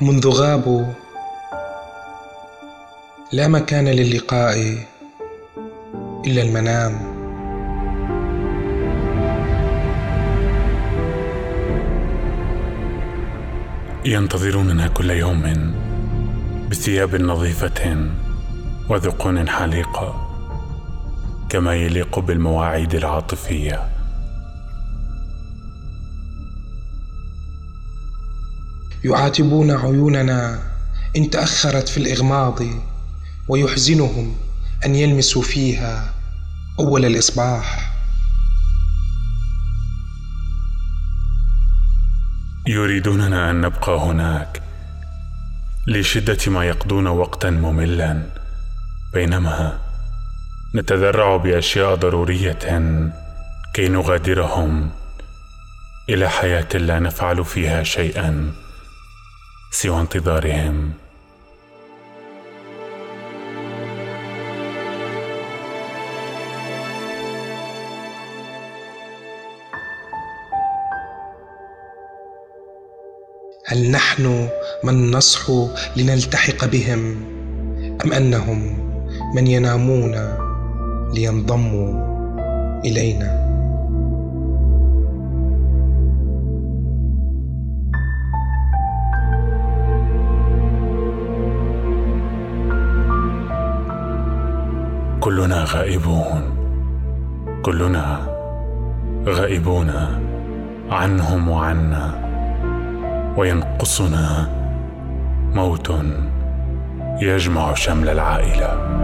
منذ غابوا لا مكان للقاء إلا المنام. ينتظروننا كل يوم بثياب نظيفة وذقون حليقة كما يليق بالمواعيد العاطفية. يعاتبون عيوننا إن تأخرت في الإغماض، ويحزنهم أن يلمسوا فيها أول الإصباح. يريدوننا أن نبقى هناك لشدة ما يقضون وقتا مملا، بينما نتذرع بأشياء ضرورية كي نغادرهم إلى حياة لا نفعل فيها شيئا سوى انتظارهم. هل نحن من نصحو لنلتحق بهم، أم أنهم من ينامون لينضموا إلينا؟ كلنا غائبون، كلنا غائبون عنهم وعنا، وينقصنا موت يجمع شمل العائلة.